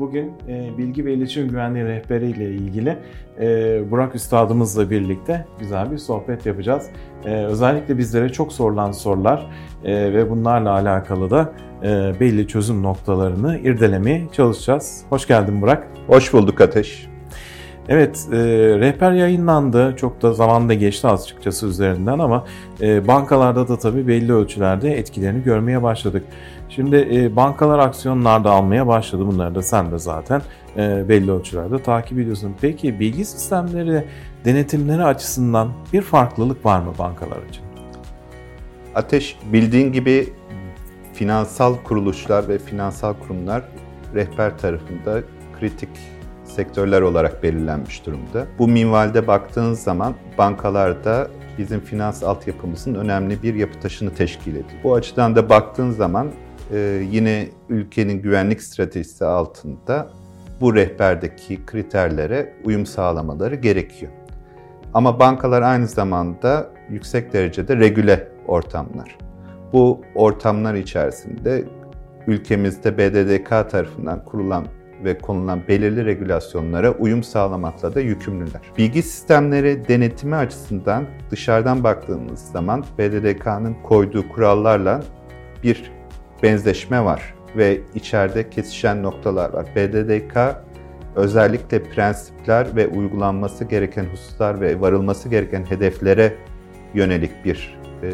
bugün bilgi ve iletişim güvenliği rehberi ile ilgili Burak Üstadımızla birlikte güzel bir sohbet yapacağız. Özellikle bizlere çok sorulan sorular ve bunlarla alakalı da belli çözüm noktalarını irdelemeye çalışacağız. Hoş geldin Burak. Hoş bulduk Ateş. Evet, rehber yayınlandı. Çok da zaman da geçti açıkçası üzerinden ama bankalarda da tabii belli ölçülerde etkilerini görmeye başladık. Şimdi bankalar aksiyonlar da almaya başladı. Bunları da sen de zaten belli ölçülerde takip ediyorsun. Peki bilgi sistemleri denetimleri açısından bir farklılık var mı bankalar için? Ateş, bildiğin gibi finansal kuruluşlar ve finansal kurumlar rehber tarafında kritik sektörler olarak belirlenmiş durumda. Bu minvalde baktığınız zaman bankalarda bizim finans altyapımızın önemli bir yapı taşını teşkil ediyor. Bu açıdan da baktığın zaman yine ülkenin güvenlik stratejisi altında bu rehberdeki kriterlere uyum sağlamaları gerekiyor. Ama bankalar aynı zamanda yüksek derecede regüle ortamlar. Bu ortamlar içerisinde ülkemizde BDDK tarafından kurulan ve konulan belirli regülasyonlara uyum sağlamakla da yükümlüler. Bilgi sistemleri denetimi açısından dışarıdan baktığımız zaman BDDK'nın koyduğu kurallarla bir benzeşme var ve içeride kesişen noktalar var. BDDK özellikle prensipler ve uygulanması gereken hususlar ve varılması gereken hedeflere yönelik bir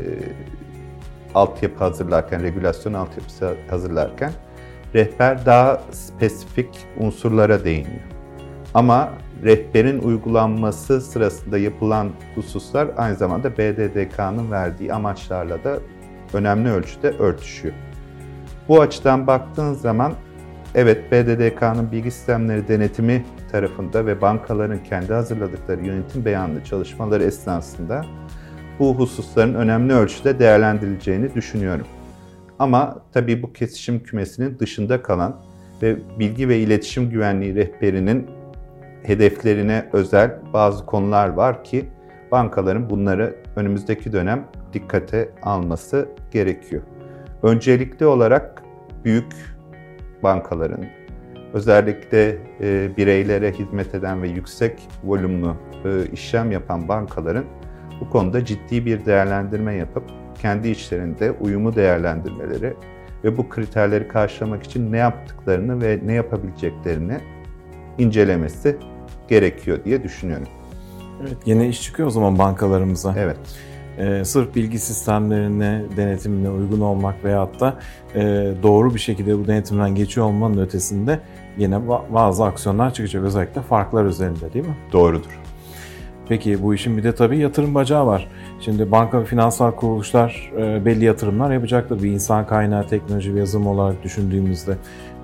altyapı hazırlarken, regülasyon altyapısı hazırlarken rehber daha spesifik unsurlara değiniyor. Ama rehberin uygulanması sırasında yapılan hususlar aynı zamanda BDDK'nın verdiği amaçlarla da önemli ölçüde örtüşüyor. Bu açıdan baktığın zaman evet BDDK'nın bilgi sistemleri denetimi tarafında ve bankaların kendi hazırladıkları yönetim beyanlı çalışmaları esnasında bu hususların önemli ölçüde değerlendirileceğini düşünüyorum. Ama tabii bu kesişim kümesinin dışında kalan ve bilgi ve iletişim güvenliği rehberinin hedeflerine özel bazı konular var ki bankaların bunları önümüzdeki dönem dikkate alması gerekiyor. Öncelikli olarak büyük bankaların, özellikle bireylere hizmet eden ve yüksek volümlü işlem yapan bankaların bu konuda ciddi bir değerlendirme yapıp kendi içlerinde uyumu değerlendirmeleri ve bu kriterleri karşılamak için ne yaptıklarını ve ne yapabileceklerini incelemesi gerekiyor diye düşünüyorum. Evet, yine iş çıkıyor o zaman bankalarımıza. Evet. Sırf bilgi sistemlerine, denetimine uygun olmak veyahut da doğru bir şekilde bu denetimden geçiyor olmanın ötesinde yine bazı aksiyonlar çıkacak. Özellikle farklar üzerinde değil mi? Doğrudur. Peki bu işin bir de tabii yatırım bacağı var. Şimdi banka ve finansal kuruluşlar belli yatırımlar yapacaktır. Bir insan kaynağı, teknoloji ve yazılım olarak düşündüğümüzde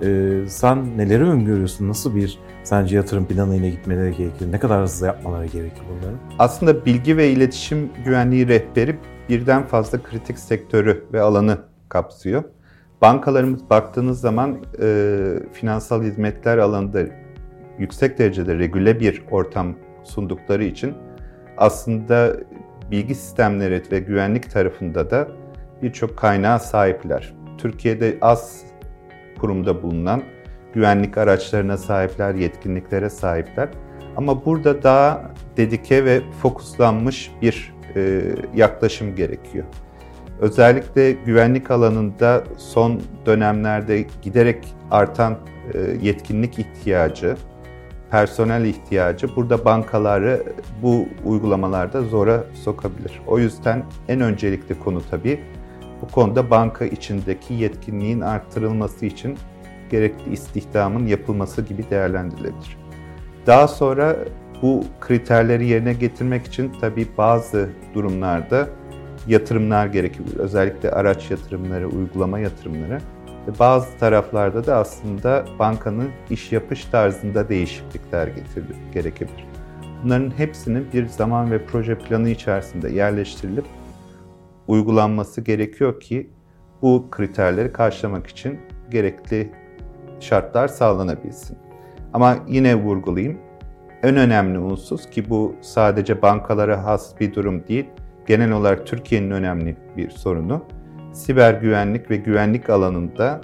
sen neleri öngörüyorsun? Nasıl bir sence yatırım planıyla gitmeleri gerekir? Ne kadar hızlı yapmaları gerekir bunların? Aslında bilgi ve iletişim güvenliği rehberi birden fazla kritik sektörü ve alanı kapsıyor. Bankalarımız baktığınız zaman finansal hizmetler alanında yüksek derecede regüle bir ortam sundukları için aslında bilgi sistemleri ve güvenlik tarafında da birçok kaynağa sahipler. Türkiye'de az kurumda bulunan güvenlik araçlarına sahipler, yetkinliklere sahipler. Ama burada daha dedike ve fokuslanmış bir yaklaşım gerekiyor. Özellikle güvenlik alanında son dönemlerde giderek artan yetkinlik ihtiyacı, personel ihtiyacı burada bankaları bu uygulamalarda zora sokabilir. O yüzden en öncelikli konu tabii bu konuda banka içindeki yetkinliğin arttırılması için gerekli istihdamın yapılması gibi değerlendirilebilir. Daha sonra bu kriterleri yerine getirmek için tabii bazı durumlarda yatırımlar gerekebilir. Özellikle araç yatırımları, uygulama yatırımları. Bazı taraflarda da aslında bankanın iş yapış tarzında değişiklikler gerekebilir. Bunların hepsinin bir zaman ve proje planı içerisinde yerleştirilip uygulanması gerekiyor ki bu kriterleri karşılamak için gerekli şartlar sağlanabilsin. Ama yine vurgulayayım, en önemli unsur ki bu sadece bankalara has bir durum değil, genel olarak Türkiye'nin önemli bir sorunu, siber güvenlik ve güvenlik alanında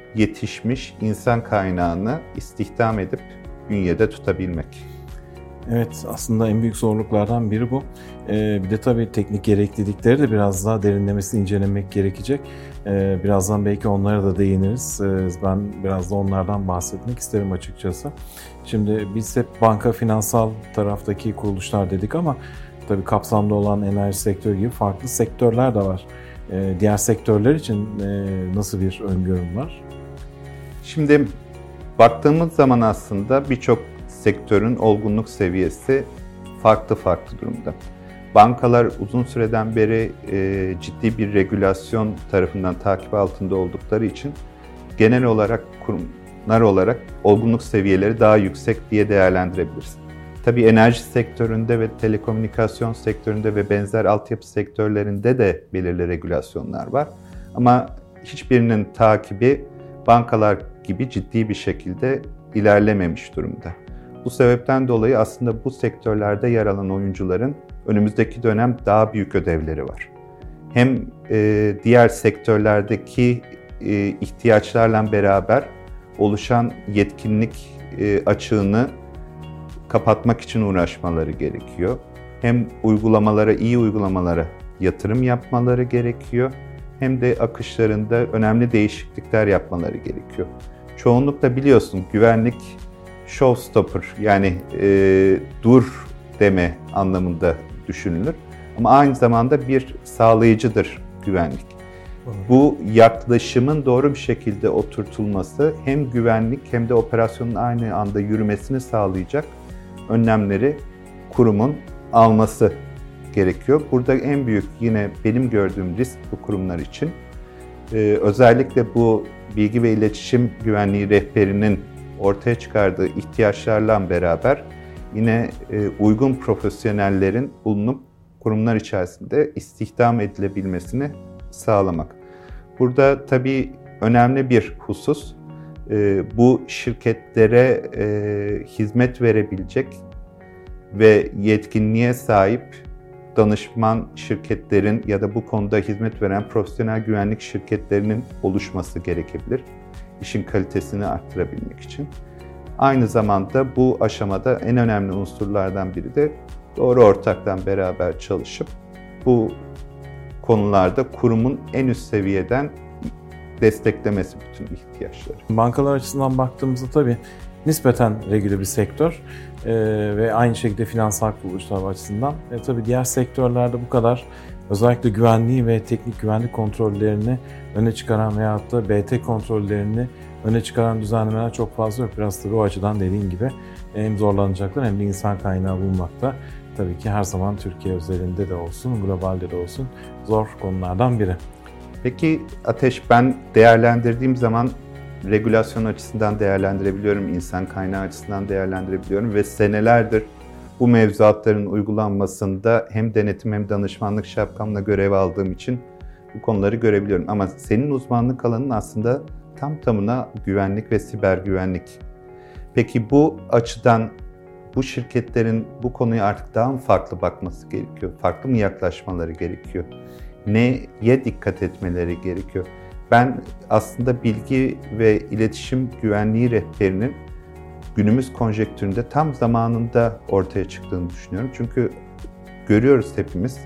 yetişmiş insan kaynağını istihdam edip bünyede tutabilmek. Evet, aslında en büyük zorluklardan biri bu. Bir de tabii teknik gereklilikleri de biraz daha derinlemesine incelemek gerekecek. Birazdan belki onlara da değiniriz. Ben biraz da onlardan bahsetmek isterim açıkçası. Şimdi biz hep banka, finansal taraftaki kuruluşlar dedik ama tabii kapsamda olan enerji sektörü gibi farklı sektörler de var. Diğer sektörler için nasıl bir öngörüm var? Şimdi baktığımız zaman aslında birçok sektörün olgunluk seviyesi farklı durumda. Bankalar uzun süreden beri ciddi bir regülasyon tarafından takip altında oldukları için genel olarak kurumlar olarak olgunluk seviyeleri daha yüksek diye değerlendirebiliriz. Tabii enerji sektöründe ve telekomünikasyon sektöründe ve benzer altyapı sektörlerinde de belirli regülasyonlar var. Ama hiçbirinin takibi bankalar gibi ciddi bir şekilde ilerlememiş durumda. Bu sebepten dolayı aslında bu sektörlerde yer alan oyuncuların önümüzdeki dönem daha büyük ödevleri var. Hem diğer sektörlerdeki ihtiyaçlarla beraber oluşan yetkinlik açığını kapatmak için uğraşmaları gerekiyor. Hem iyi uygulamalara yatırım yapmaları gerekiyor. Hem de akışlarında önemli değişiklikler yapmaları gerekiyor. Çoğunlukla biliyorsun güvenlik showstopper yani dur deme anlamında düşünülür. Ama aynı zamanda bir sağlayıcıdır güvenlik. Bu yaklaşımın doğru bir şekilde oturtulması hem güvenlik hem de operasyonun aynı anda yürümesini sağlayacak önlemleri kurumun alması gerekiyor. Burada en büyük yine benim gördüğüm risk bu kurumlar için özellikle bu bilgi ve iletişim güvenliği rehberinin ortaya çıkardığı ihtiyaçlarla beraber yine uygun profesyonellerin bulunup kurumlar içerisinde istihdam edilebilmesini sağlamak. Burada tabii önemli bir husus bu şirketlere hizmet verebilecek ve yetkinliğe sahip danışman şirketlerin ya da bu konuda hizmet veren profesyonel güvenlik şirketlerinin oluşması gerekebilir. İşin kalitesini arttırabilmek için. Aynı zamanda bu aşamada en önemli unsurlardan biri de doğru ortakla beraber çalışıp bu konularda kurumun en üst seviyeden desteklemesi bütün ihtiyaçları. Bankalar açısından baktığımızda tabii nispeten regüle bir sektör ve aynı şekilde finansal kuruluşlar açısından. Tabii diğer sektörlerde bu kadar özellikle güvenliği ve teknik güvenlik kontrollerini öne çıkaran veyahut da BT kontrollerini öne çıkaran düzenlemeler çok fazla yok. Biraz tabii o açıdan dediğin gibi hem zorlanacaklar hem de insan kaynağı bulmakta tabii ki her zaman Türkiye özelinde de olsun, globalde de olsun zor konulardan biri. Peki Ateş, ben değerlendirdiğim zaman regülasyon açısından değerlendirebiliyorum, insan kaynağı açısından değerlendirebiliyorum ve senelerdir bu mevzuatların uygulanmasında hem denetim hem danışmanlık şapkamla görev aldığım için bu konuları görebiliyorum. Ama senin uzmanlık alanın aslında tam tamına güvenlik ve siber güvenlik. Peki bu açıdan bu şirketlerin bu konuya artık daha mı farklı bakması gerekiyor? Farklı mı yaklaşmaları gerekiyor? Neye dikkat etmeleri gerekiyor? Ben aslında bilgi ve iletişim güvenliği rehberinin günümüz konjektüründe tam zamanında ortaya çıktığını düşünüyorum. Çünkü görüyoruz hepimiz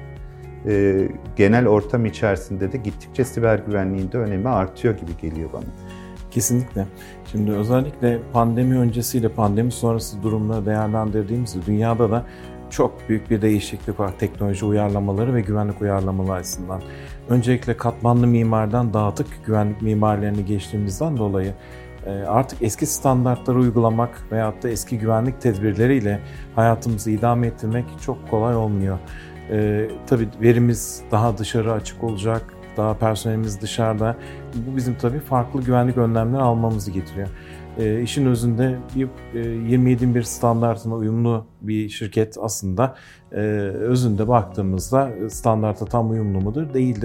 genel ortam içerisinde de gittikçe siber güvenliğin de önemi artıyor gibi geliyor bana. Kesinlikle. Şimdi özellikle pandemi öncesiyle pandemi sonrası durumları değerlendirdiğimizde dünyada da çok büyük bir değişiklik var teknoloji uyarlamaları ve güvenlik uyarlamaları açısından. Öncelikle katmanlı mimariden dağıtık güvenlik mimarilerini geçtiğimizden dolayı artık eski standartları uygulamak veyahut da eski güvenlik tedbirleriyle hayatımızı idame ettirmek çok kolay olmuyor. Tabii verimiz daha dışarı açık olacak, daha personelimiz dışarıda. Bu bizim tabii farklı güvenlik önlemleri almamızı getiriyor. İşin özünde 27001 standartına uyumlu bir şirket aslında özünde baktığımızda standarta tam uyumlu mudur? Değildir.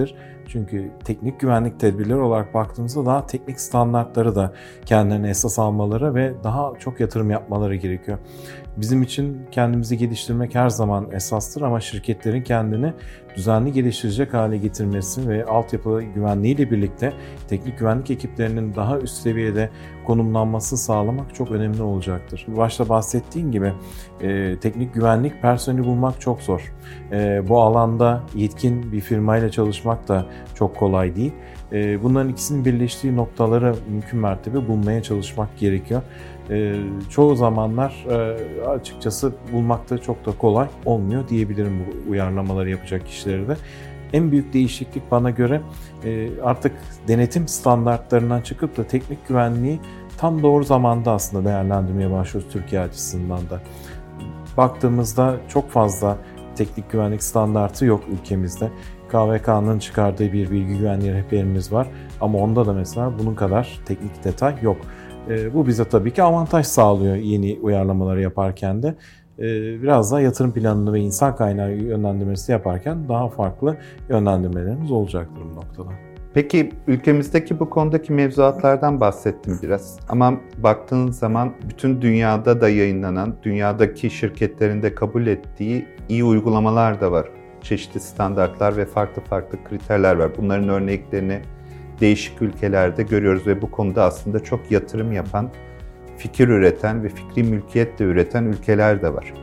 Çünkü teknik güvenlik tedbirleri olarak baktığımızda daha teknik standartları da kendilerine esas almaları ve daha çok yatırım yapmaları gerekiyor. Bizim için kendimizi geliştirmek her zaman esastır ama şirketlerin kendini düzenli geliştirecek hale getirmesi ve altyapı güvenliğiyle birlikte teknik güvenlik ekiplerinin daha üst seviyede konumlanmasını sağlamak çok önemli olacaktır. Başta bahsettiğim gibi teknik güvenlik personeli bulmak çok zor. Bu alanda yetkin bir firmayla çalışmak da çok kolay değil. Bunların ikisinin birleştiği noktaları mümkün mertebe bulmaya çalışmak gerekiyor. Çoğu zamanlar açıkçası bulmakta çok da kolay olmuyor diyebilirim bu uyarlamaları yapacak kişileri de. En büyük değişiklik bana göre artık denetim standartlarından çıkıp da teknik güvenliği tam doğru zamanda aslında değerlendirmeye başlıyoruz Türkiye açısından da. Baktığımızda çok fazla teknik güvenlik standartı yok ülkemizde. KVK'nın çıkardığı bir bilgi güvenliği rehberimiz var ama onda da mesela bunun kadar teknik detay yok. Bu bize tabii ki avantaj sağlıyor yeni uyarlamaları yaparken de. Biraz daha yatırım planını ve insan kaynağı yönlendirmesi yaparken daha farklı yönlendirmelerimiz olacaktır bu noktada. Peki ülkemizdeki bu konudaki mevzuatlardan bahsettim biraz. Ama baktığınız zaman bütün dünyada da yayınlanan, dünyadaki şirketlerin de kabul ettiği iyi uygulamalar da var. Çeşitli standartlar ve farklı kriterler var. Bunların örneklerini değişik ülkelerde görüyoruz ve bu konuda aslında çok yatırım yapan, fikir üreten ve fikri mülkiyet de üreten ülkeler de var.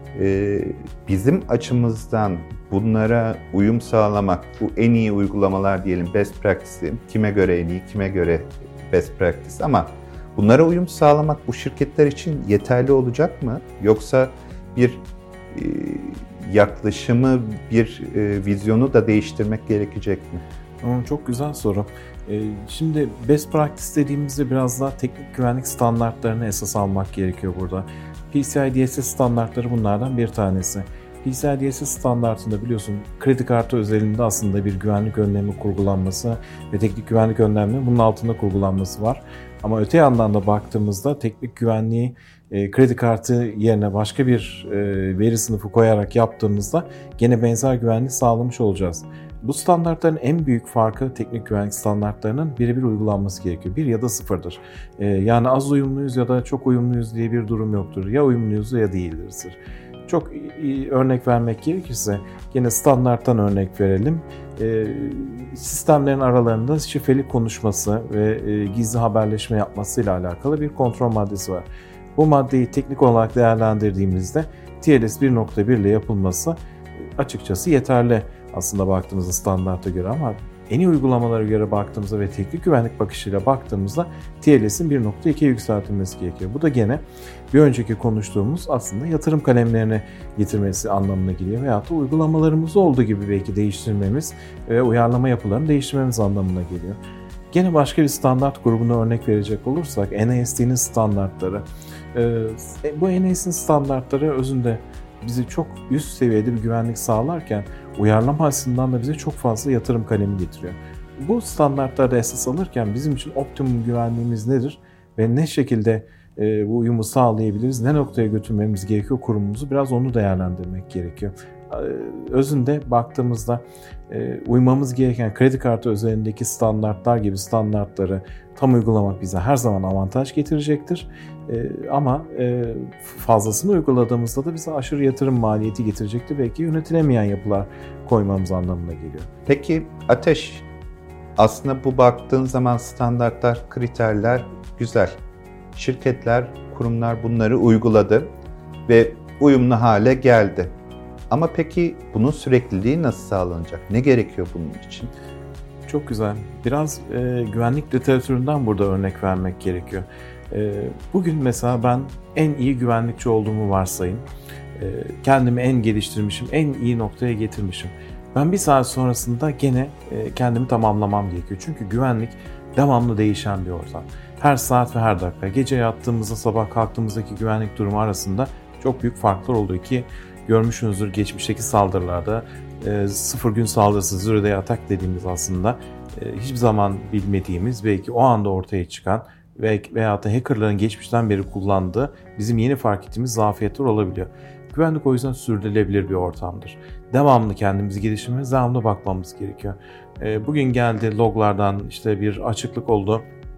Bizim açımızdan bunlara uyum sağlamak, bu en iyi uygulamalar diyelim, best practice, kime göre en iyi, kime göre best practice ama bunlara uyum sağlamak bu şirketler için yeterli olacak mı? Yoksa bir yaklaşımı, bir vizyonu da değiştirmek gerekecek mi? Çok güzel soru. Şimdi best practice dediğimizde biraz daha teknik güvenlik standartlarını esas almak gerekiyor burada. PCI DSS standartları bunlardan bir tanesi. PCI DSS standartında biliyorsun kredi kartı özelinde aslında bir güvenlik önlemi kurgulanması ve teknik güvenlik önlemlerinin bunun altında kurgulanması var. Ama öte yandan da baktığımızda teknik güvenliği kredi kartı yerine başka bir veri sınıfı koyarak yaptığımızda gene benzer güvenlik sağlamış olacağız. Bu standartların en büyük farkı teknik güvenlik standartlarının birebir uygulanması gerekiyor. 1 ya da 0'dır. Yani az uyumluyuz ya da çok uyumluyuz diye bir durum yoktur. Ya uyumluyuz ya değilizdir. Çok iyi örnek vermek gerekirse yine standarttan örnek verelim. Sistemlerin aralarında şifreli konuşması ve gizli haberleşme yapmasıyla alakalı bir kontrol maddesi var. Bu maddeyi teknik olarak değerlendirdiğimizde TLS 1.1 ile yapılması açıkçası yeterli aslında baktığımızda standarta göre ama en iyi uygulamalara göre baktığımızda ve teknik güvenlik bakışıyla baktığımızda TLS'in 1.2'ye yükseltilmesi gerekiyor. Bu da gene bir önceki konuştuğumuz aslında yatırım kalemlerini getirmesi anlamına geliyor veyahut da uygulamalarımız olduğu gibi belki değiştirmemiz ve uyarlama yapılarını değiştirmemiz anlamına geliyor. Gene başka bir standart grubuna örnek verecek olursak NIST'nin standartları. Bu NIST'nin standartları özünde bize çok üst seviyede bir güvenlik sağlarken uyarlama açısından da bize çok fazla yatırım kalemi getiriyor. Bu standartlarda esas alırken bizim için optimum güvenliğimiz nedir ve ne şekilde bu uyumu sağlayabiliriz, ne noktaya götürmemiz gerekiyor kurumumuzu biraz onu değerlendirmek gerekiyor. Özünde baktığımızda uymamız gereken kredi kartı özelindeki standartlar gibi standartları tam uygulamak bize her zaman avantaj getirecektir. Ama fazlasını uyguladığımızda da bize aşırı yatırım maliyeti getirecektir. Belki yönetilemeyen yapılar koymamız anlamına geliyor. Peki Ateş, aslında bu baktığın zaman standartlar, kriterler güzel. Şirketler, kurumlar bunları uyguladı ve uyumlu hale geldi. Ama peki bunun sürekliliği nasıl sağlanacak? Ne gerekiyor bunun için? Çok güzel. Biraz güvenlik literatüründen burada örnek vermek gerekiyor. Bugün mesela ben en iyi güvenlikçi olduğumu varsayın. Kendimi en geliştirmişim, en iyi noktaya getirmişim. Ben bir saat sonrasında gene kendimi tamamlamam gerekiyor. Çünkü güvenlik devamlı değişen bir ortam. Her saat ve her dakika, gece yattığımızda sabah kalktığımızdaki güvenlik durumu arasında çok büyük farklar oluyor ki görmüşsünüzdür geçmişteki saldırılarda 0 gün saldırısı, zero day attack dediğimiz aslında hiçbir zaman bilmediğimiz belki o anda ortaya çıkan veyahut da hackerların geçmişten beri kullandığı bizim yeni fark ettiğimiz zafiyetler olabiliyor. Güvenlik o yüzden sürdürülebilir bir ortamdır. Devamlı kendimizi geliştirmemiz, devamlı bakmamız gerekiyor. Bugün geldi loglardan işte bir açıklık oldu.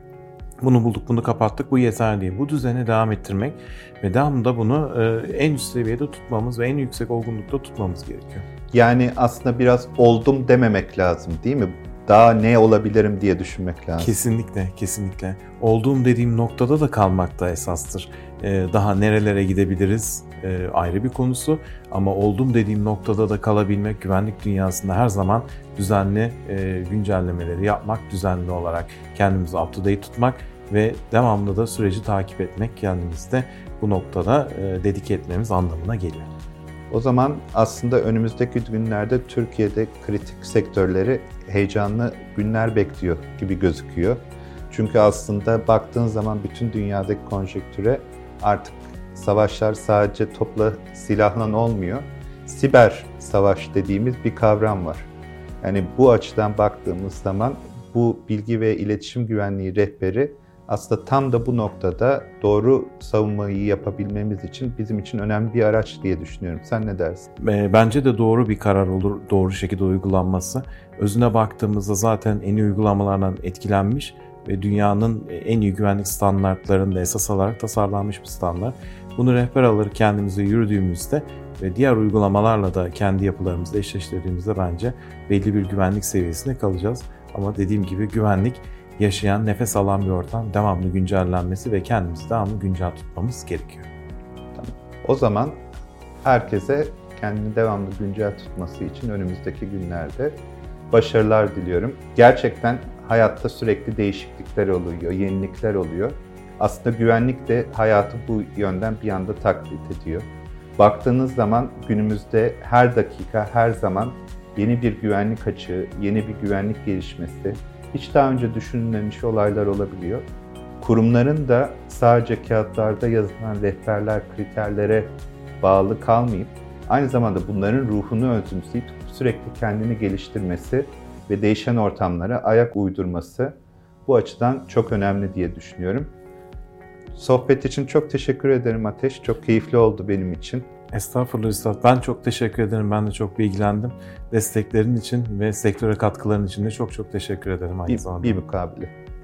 Bunu bulduk, bunu kapattık, bu yeterli değil. Bu düzeni devam ettirmek ve devamlı bunu en üst seviyede tutmamız ve en yüksek olgunlukta tutmamız gerekiyor. Yani aslında biraz oldum dememek lazım değil mi? Daha ne olabilirim diye düşünmek lazım. Kesinlikle, kesinlikle. Olduğum dediğim noktada da kalmak da esastır. Daha nerelere gidebiliriz ayrı bir konusu. Ama olduğum dediğim noktada da kalabilmek, güvenlik dünyasında her zaman düzenli güncellemeleri yapmak, düzenli olarak kendimizi up to date tutmak ve devamlı da süreci takip etmek, kendimizi de bu noktada dedike etmemiz anlamına geliyor. O zaman aslında önümüzdeki günlerde Türkiye'de kritik sektörleri heyecanlı günler bekliyor gibi gözüküyor. Çünkü aslında baktığın zaman bütün dünyadaki konjektüre artık savaşlar sadece topla silahla olmuyor. Siber savaş dediğimiz bir kavram var. Yani bu açıdan baktığımız zaman bu bilgi ve iletişim güvenliği rehberi aslında tam da bu noktada doğru savunmayı yapabilmemiz için bizim için önemli bir araç diye düşünüyorum. Sen ne dersin? Bence de doğru bir karar olur, doğru şekilde uygulanması. Özüne baktığımızda zaten en iyi uygulamalardan etkilenmiş ve dünyanın en iyi güvenlik standartlarında esas alarak tasarlanmış bir standart. Bunu rehber alır kendimize yürüdüğümüzde ve diğer uygulamalarla da kendi yapılarımızla eşleştirdiğimizde bence belli bir güvenlik seviyesinde kalacağız. Ama dediğim gibi güvenlik yaşayan, nefes alan bir ortam, devamlı güncellenmesi ve kendimizi devamlı güncel tutmamız gerekiyor. Tamam. O zaman herkese kendini devamlı güncel tutması için önümüzdeki günlerde başarılar diliyorum. Gerçekten hayatta sürekli değişiklikler oluyor, yenilikler oluyor. Aslında güvenlik de hayatı bu yönden bir anda taklit ediyor. Baktığınız zaman günümüzde her dakika, her zaman yeni bir güvenlik açığı, yeni bir güvenlik gelişmesi, hiç daha önce düşünülmemiş olaylar olabiliyor. Kurumların da sadece kağıtlarda yazılan rehberler, kriterlere bağlı kalmayıp aynı zamanda bunların ruhunu özümseyip sürekli kendini geliştirmesi ve değişen ortamlara ayak uydurması bu açıdan çok önemli diye düşünüyorum. Sohbet için çok teşekkür ederim Ateş. Çok keyifli oldu benim için. Estağfurullah Üstad. Ben çok teşekkür ederim. Ben de çok bilgilendim. Desteklerin için ve sektöre katkıların için de çok teşekkür ederim aynı zamanda. Bir mukabele.